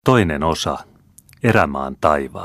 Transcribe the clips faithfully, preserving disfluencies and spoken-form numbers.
Toinen osa. Erämaan taival.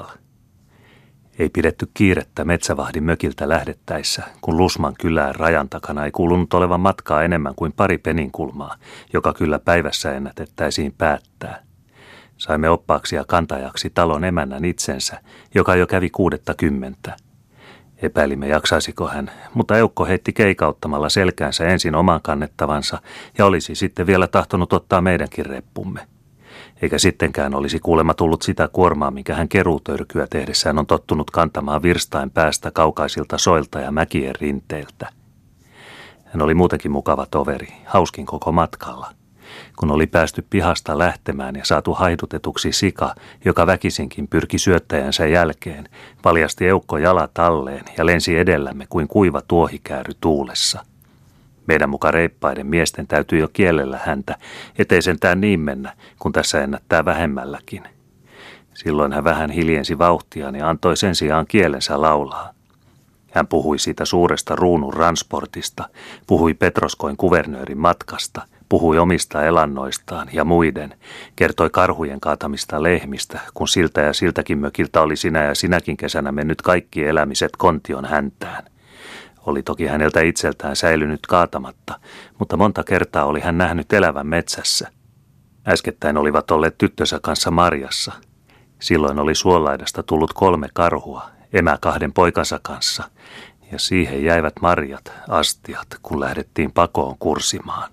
Ei pidetty kiirettä metsävahdin mökiltä lähdettäessä, kun Lusman kylään rajan takana ei kuulunut olevan matkaa enemmän kuin pari peninkulmaa, joka kyllä päivässä ennätettäisiin päättää. Saimme oppaaksi ja kantajaksi talon emännän itsensä, joka jo kävi kuudetta kymmentä. Epäilimme jaksaisiko hän, mutta Eukko heitti keikauttamalla selkäänsä ensin oman kannettavansa ja olisi sitten vielä tahtonut ottaa meidänkin reppumme. Eikä sittenkään olisi kuulemma tullut sitä kuormaa, minkä hän keruutörkyä tehdessään on tottunut kantamaan virstain päästä kaukaisilta soilta ja mäkien rinteiltä. Hän oli muutenkin mukava toveri, hauskin koko matkalla. Kun oli päästy pihasta lähtemään ja saatu haidutetuksi sika, joka väkisinkin pyrki syöttäjänsä jälkeen, paljasti Eukko jalat alleen ja lensi edellämme kuin kuiva tuohikääry tuulessa. Meidän muka reippaiden miesten täytyy jo kielellä häntä, ettei sentään niin mennä, kun tässä ennättää vähemmälläkin. Silloin hän vähän hiljensi vauhtiaan ja antoi sen sijaan kielensä laulaa. Hän puhui siitä suuresta ruunun ransportista, puhui Petroskoin kuvernöörin matkasta, puhui omista elannoistaan ja muiden, kertoi karhujen kaatamista lehmistä, kun siltä ja siltäkin mökiltä oli sinä ja sinäkin kesänä mennyt kaikki elämiset kontion häntään. Oli toki häneltä itseltään säilynyt kaatamatta, mutta monta kertaa oli hän nähnyt elävän metsässä. Äskettäin olivat olleet tyttönsä kanssa marjassa. Silloin oli suolaidasta tullut kolme karhua, emä kahden poikansa kanssa, ja siihen jäivät marjat, astiat, kun lähdettiin pakoon kursimaan.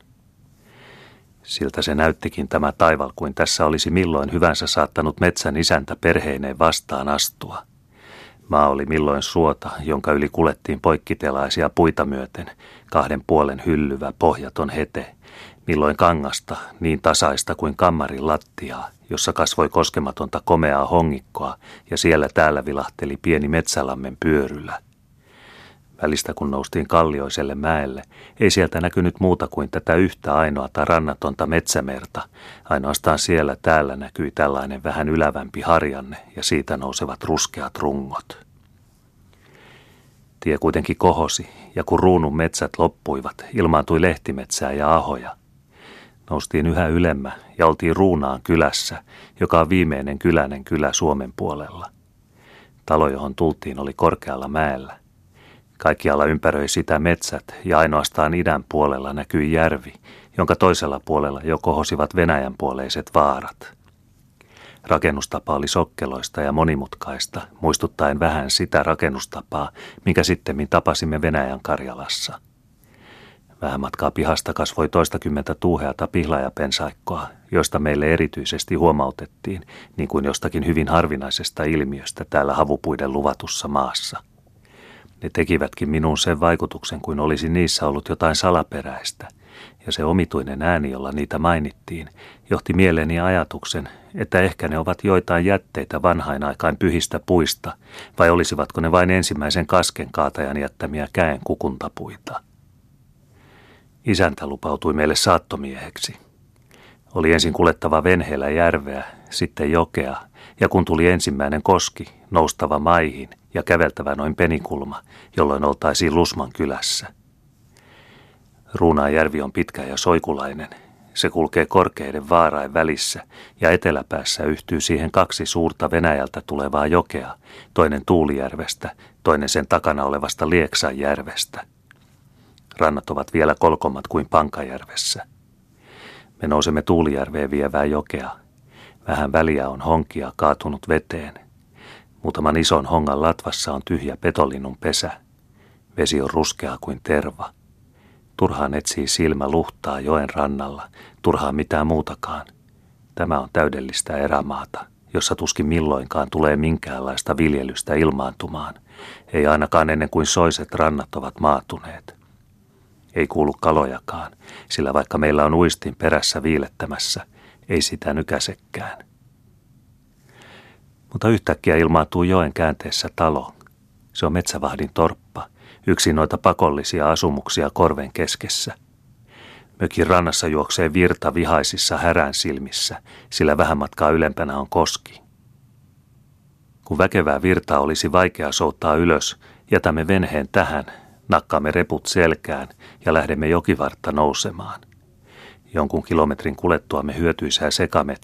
Siltä se näyttikin tämä taival, kuin tässä olisi milloin hyvänsä saattanut metsän isäntä perheineen vastaan astua. Maa oli milloin suota, jonka yli kulettiin poikkitelaisia puita myöten, kahden puolen hyllyvä pohjaton hete, milloin kangasta, niin tasaista kuin kammarin lattiaa, jossa kasvoi koskematonta komeaa hongikkoa ja siellä täällä vilahteli pieni metsälammen pyörylä. Välistä kun noustiin kallioiselle mäelle, ei sieltä näkynyt muuta kuin tätä yhtä ainoata rannatonta metsämerta. Ainoastaan siellä täällä näkyi tällainen vähän ylävämpi harjanne ja siitä nousevat ruskeat rungot. Tie kuitenkin kohosi, ja kun ruunun metsät loppuivat, ilmaantui lehtimetsää ja ahoja. Noustiin yhä ylemmä ja oltiin Ruunaan kylässä, joka on viimeinen kyläinen kylä Suomen puolella. Talo, johon tultiin, oli korkealla mäellä. Kaikkialla ympäröi sitä metsät ja ainoastaan idän puolella näkyi järvi, jonka toisella puolella jo kohosivat Venäjän puoleiset vaarat. Rakennustapa oli sokkeloista ja monimutkaista, muistuttaen vähän sitä rakennustapaa, minkä sittemmin tapasimme Venäjän Karjalassa. Vähän matkaa pihasta kasvoi toistakymmentä tuuheata pihlajapensaikkoa, joista meille erityisesti huomautettiin, niin kuin jostakin hyvin harvinaisesta ilmiöstä täällä havupuiden luvatussa maassa. Ne tekivätkin minuun sen vaikutuksen, kuin olisi niissä ollut jotain salaperäistä, ja se omituinen ääni, jolla niitä mainittiin, johti mieleeni ajatuksen, että ehkä ne ovat joitain jätteitä vanhain aikain pyhistä puista, vai olisivatko ne vain ensimmäisen kasken kaatajan jättämiä käen kukuntapuita. Isäntä lupautui meille saattomieheksi. Oli ensin kuljettava venheellä järveä, sitten jokea, ja kun tuli ensimmäinen koski, noustava maihin ja käveltävä noin penikulma, jolloin oltaisiin Lusman kylässä. Ruunaanjärvi on pitkä ja soikulainen. Se kulkee korkeiden vaarain välissä ja eteläpäässä yhtyy siihen kaksi suurta Venäjältä tulevaa jokea, toinen Tuulijärvestä, toinen sen takana olevasta Lieksanjärvestä. Rannat ovat vielä kolkommat kuin Pankajärvessä. Me nousemme Tuulijärveen vievää jokea. Vähän väliä on honkia kaatunut veteen. Muutaman ison hongan latvassa on tyhjä petolinnun pesä. Vesi on ruskeaa kuin terva. Turhaan etsii silmä luhtaa joen rannalla, turhaan mitään muutakaan. Tämä on täydellistä erämaata, jossa tuskin milloinkaan tulee minkäänlaista viljelystä ilmaantumaan. Ei ainakaan ennen kuin soiset rannat ovat maatuneet. Ei kuulu kalojakaan, sillä vaikka meillä on uistin perässä viilettämässä, ei sitä nykäsekään. Mutta yhtäkkiä ilmaantuu joen käänteessä talo. Se on metsävahdin torppa, yksi noita pakollisia asumuksia korven keskessä. Mökin rannassa juoksee virta vihaisissa härän silmissä, sillä vähän matkaa ylempänä on koski. Kun väkevää virtaa olisi vaikea souttaa ylös, jätämme venheen tähän, nakkaamme reput selkään ja lähdemme jokivartta nousemaan. Jonkun kilometrin kuljettuamme hyötyisää sekametsää,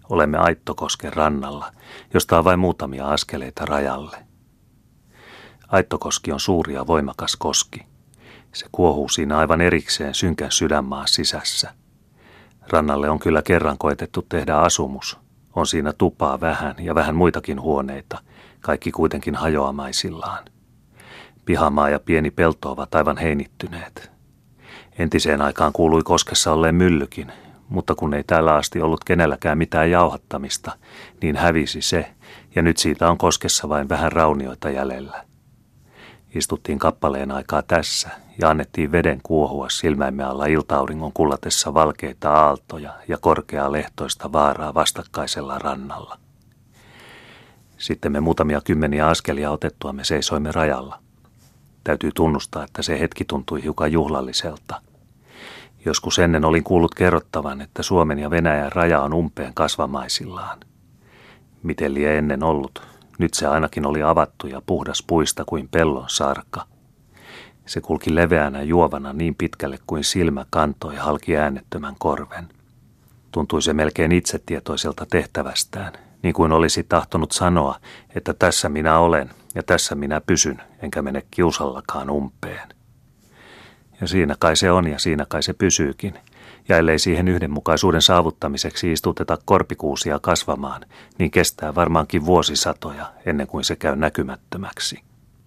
Olemme Aittokosken rannalla, josta on vain muutamia askeleita rajalle. Aittokoski on suuri ja voimakas koski. Se kuohuu siinä aivan erikseen synkän sydänmaan sisässä. Rannalle on kyllä kerran koetettu tehdä asumus. On siinä tupaa vähän ja vähän muitakin huoneita, kaikki kuitenkin hajoamaisillaan. Pihamaa ja pieni pelto ovat aivan heinittyneet. Entiseen aikaan kuului koskessa olleen myllykin, mutta kun ei täällä asti ollut kenelläkään mitään jauhattamista, niin hävisi se, ja nyt siitä on koskessa vain vähän raunioita jäljellä. Istuttiin kappaleen aikaa tässä ja annettiin veden kuohua silmäimme alla iltauringon kullatessa valkeita aaltoja ja korkeaa lehtoista vaaraa vastakkaisella rannalla. Sitten me muutamia kymmeniä askelia otettuamme seisoimme rajalla. Täytyy tunnustaa, että se hetki tuntui hiukan juhlalliselta. Joskus ennen olin kuullut kerrottavan, että Suomen ja Venäjän raja on umpeen kasvamaisillaan. Miten lie ennen ollut? Nyt se ainakin oli avattu ja puhdas puista kuin pellon sarka. Se kulki leveänä juovana niin pitkälle kuin silmä kantoi halki äänettömän korven. Tuntui se melkein itsetietoiselta tehtävästään, niin kuin olisi tahtonut sanoa, että tässä minä olen ja tässä minä pysyn, enkä mene kiusallakaan umpeen. Ja siinä kai se on ja siinä kai se pysyykin. Ja ellei siihen yhdenmukaisuuden saavuttamiseksi istuteta korpikuusia kasvamaan, niin kestää varmaankin vuosisatoja ennen kuin se käy näkymättömäksi.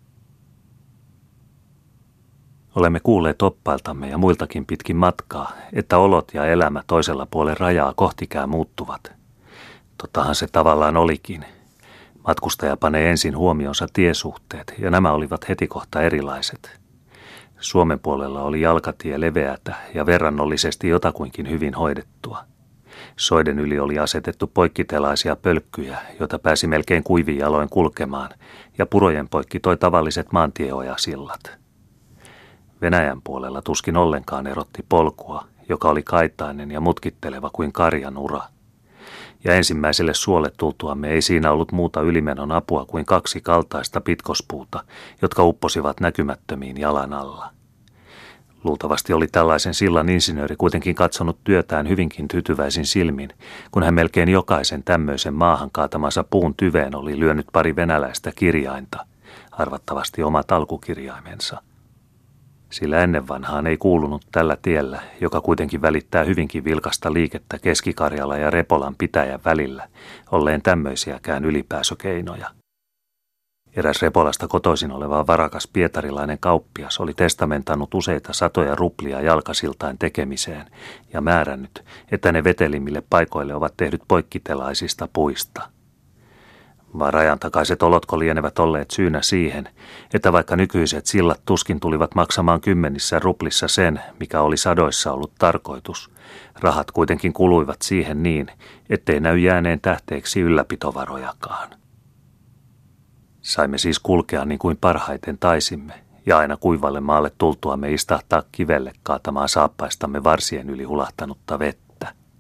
Olemme kuulleet oppailtamme ja muiltakin pitkin matkaa, että olot ja elämä toisella puolen rajaa kohtikään muuttuvat. Tottahan se tavallaan olikin. Matkustaja panee ensin huomionsa tiesuhteet, ja nämä olivat heti kohta erilaiset. Suomen puolella oli jalkatie leveätä ja verrannollisesti jotakuinkin hyvin hoidettua. Soiden yli oli asetettu poikkitelaisia pölkkyjä, joita pääsi melkein kuivin jaloin kulkemaan, ja purojen poikki toi tavalliset maantieojasillat. Venäjän puolella tuskin ollenkaan erotti polkua, joka oli kaitainen ja mutkitteleva kuin karjan ura. Ja ensimmäiselle suolle tultuamme ei siinä ollut muuta ylimenon apua kuin kaksi kaltaista pitkospuuta, jotka upposivat näkymättömiin jalan alla. Luultavasti oli tällaisen sillan insinööri kuitenkin katsonut työtään hyvinkin tyytyväisin silmin, kun hän melkein jokaisen tämmöisen maahan kaatamansa puun tyveen oli lyönyt pari venäläistä kirjainta, arvattavasti omat alkukirjaimensa. Sillä ennen vanhaan ei kuulunut tällä tiellä, joka kuitenkin välittää hyvinkin vilkasta liikettä Keski-Karjala ja Repolan pitäjän välillä, olleen tämmöisiäkään ylipääsökeinoja. Eräs Repolasta kotoisin oleva varakas pietarilainen kauppias oli testamentannut useita satoja ruplia jalkasiltain tekemiseen ja määrännyt, että ne vetelimmille paikoille ovat tehdyt poikkitelaisista puista. Vaan rajan takaiset olotko lienevät olleet syynä siihen, että vaikka nykyiset sillat tuskin tulivat maksamaan kymmenissä ruplissa sen, mikä oli sadoissa ollut tarkoitus, rahat kuitenkin kuluivat siihen niin, ettei näy jääneen tähteeksi ylläpitovarojakaan. Saimme siis kulkea niin kuin parhaiten taisimme, ja aina kuivalle maalle tultuamme istahtaa kivelle kaatamaan saappaistamme varsien yli hulahtanutta vettä.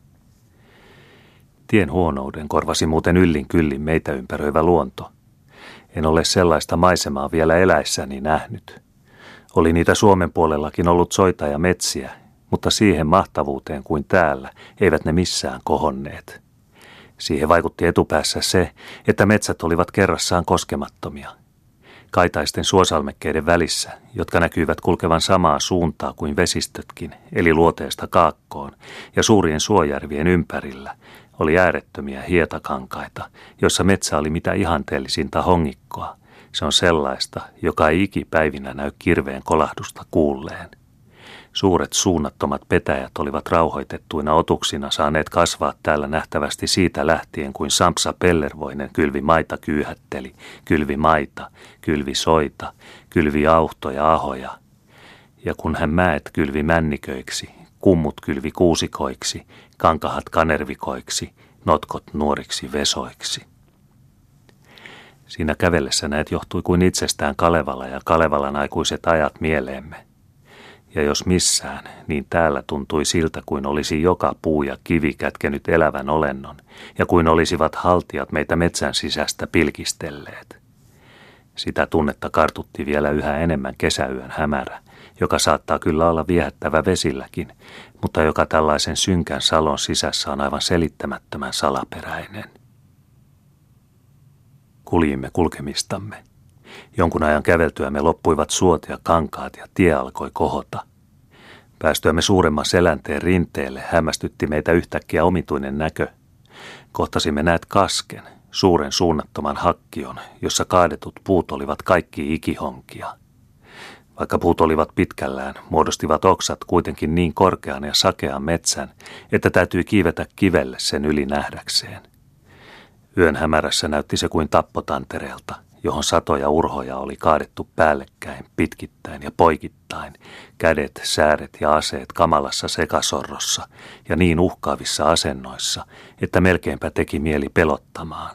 Tien huonouden korvasi muuten yllin kyllin meitä ympäröivä luonto. En ole sellaista maisemaa vielä eläissäni nähnyt. Oli niitä Suomen puolellakin ollut soita ja metsiä, mutta siihen mahtavuuteen kuin täällä eivät ne missään kohonneet. Siihen vaikutti etupäässä se, että metsät olivat kerrassaan koskemattomia. Kaitaisten suosalmekkeiden välissä, jotka näkyivät kulkevan samaa suuntaa kuin vesistötkin, eli luoteesta kaakkoon, ja suurien suojärvien ympärillä, oli äärettömiä hietakankaita, jossa metsä oli mitä ihanteellisinta hongikkoa. Se on sellaista, joka ei ikipäivinä näy kirveen kolahdusta kuulleen. Suuret suunnattomat petäjät olivat rauhoitettuina otuksina saaneet kasvaa täällä nähtävästi siitä lähtien, kuin Sampsa Pellervoinen kylvi maita kyyhätteli, kylvi maita, kylvi soita, kylvi auhtoja ahoja. Ja kun hän mäet kylvi männiköiksi, kummut kylvi kuusikoiksi, kankahat kanervikoiksi, notkot nuoriksi vesoiksi. Siinä kävellessä näet johtui kuin itsestään Kalevala ja Kalevalan aikuiset ajat mieleemme. Ja jos missään, niin täällä tuntui siltä, kuin olisi joka puu ja kivi kätkenyt elävän olennon, ja kuin olisivat haltijat meitä metsän sisästä pilkistelleet. Sitä tunnetta kartutti vielä yhä enemmän kesäyön hämärä, joka saattaa kyllä olla viehättävä vesilläkin, mutta joka tällaisen synkän salon sisässä on aivan selittämättömän salaperäinen. Kuljimme kulkemistamme. Jonkun ajan käveltyämme loppuivat suot ja kankaat ja tie alkoi kohota. Päästyämme suuremman selänteen rinteelle hämmästytti meitä yhtäkkiä omituinen näkö. Kohtasimme näet kasken, suuren suunnattoman hakkion, jossa kaadetut puut olivat kaikki ikihonkia. Vaikka puut olivat pitkällään, muodostivat oksat kuitenkin niin korkean ja sakean metsän, että täytyi kiivetä kivelle sen yli nähdäkseen. Yön hämärässä näytti se kuin tappotantereelta, johon satoja urhoja oli kaadettu päällekkäin, pitkittäin ja poikittain, kädet, sääret ja aseet kamalassa sekasorrossa ja niin uhkaavissa asennoissa, että melkeinpä teki mieli pelottamaan.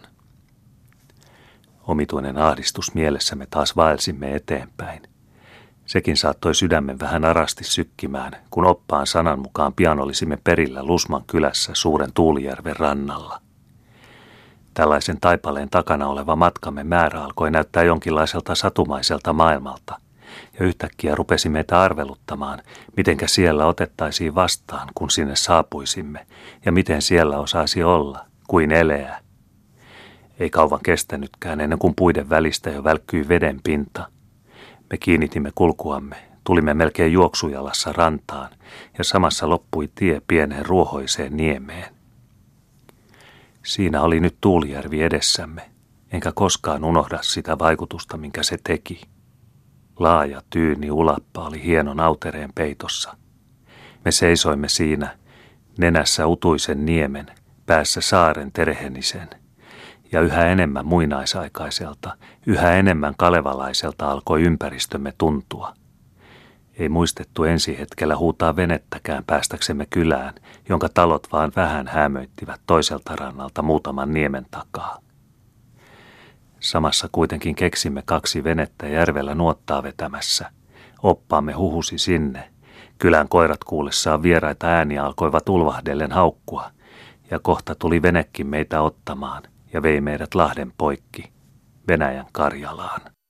Omituinen ahdistus mielessämme taas vaelsimme eteenpäin. Sekin saattoi sydämen vähän arasti sykkimään, kun oppaan sanan mukaan pian olisimme perillä Lusman kylässä suuren Tuulijärven rannalla. Tällaisen taipaleen takana oleva matkamme määrä alkoi näyttää jonkinlaiselta satumaiselta maailmalta, ja yhtäkkiä rupesi meitä arveluttamaan, mitenkä siellä otettaisiin vastaan, kun sinne saapuisimme, ja miten siellä osaisi olla, kuin eleä. Ei kauan kestänytkään ennen kuin puiden välistä jo välkkyi veden pinta. Me kiinnitimme kulkuamme, tulimme melkein juoksujalassa rantaan, ja samassa loppui tie pieneen ruohoiseen niemeen. Siinä oli nyt Tuulijärvi edessämme, enkä koskaan unohda sitä vaikutusta, minkä se teki. Laaja, tyyni ulappa oli hienon autereen peitossa. Me seisoimme siinä, nenässä utuisen niemen, päässä saaren terhenisen, ja yhä enemmän muinaisaikaiselta, yhä enemmän kalevalaiselta alkoi ympäristömme tuntua. Ei muistettu ensi hetkellä huutaa venettäkään päästäksemme kylään, jonka talot vaan vähän hämöittivät toiselta rannalta muutaman niemen takaa. Samassa kuitenkin keksimme kaksi venettä järvellä nuottaa vetämässä. Oppaamme huhusi sinne. Kylän koirat kuullessaan vieraita ääniä alkoivat ulvahdellen haukkua, ja kohta tuli venekin meitä ottamaan ja vei meidät lahden poikki, Venäjän Karjalaan.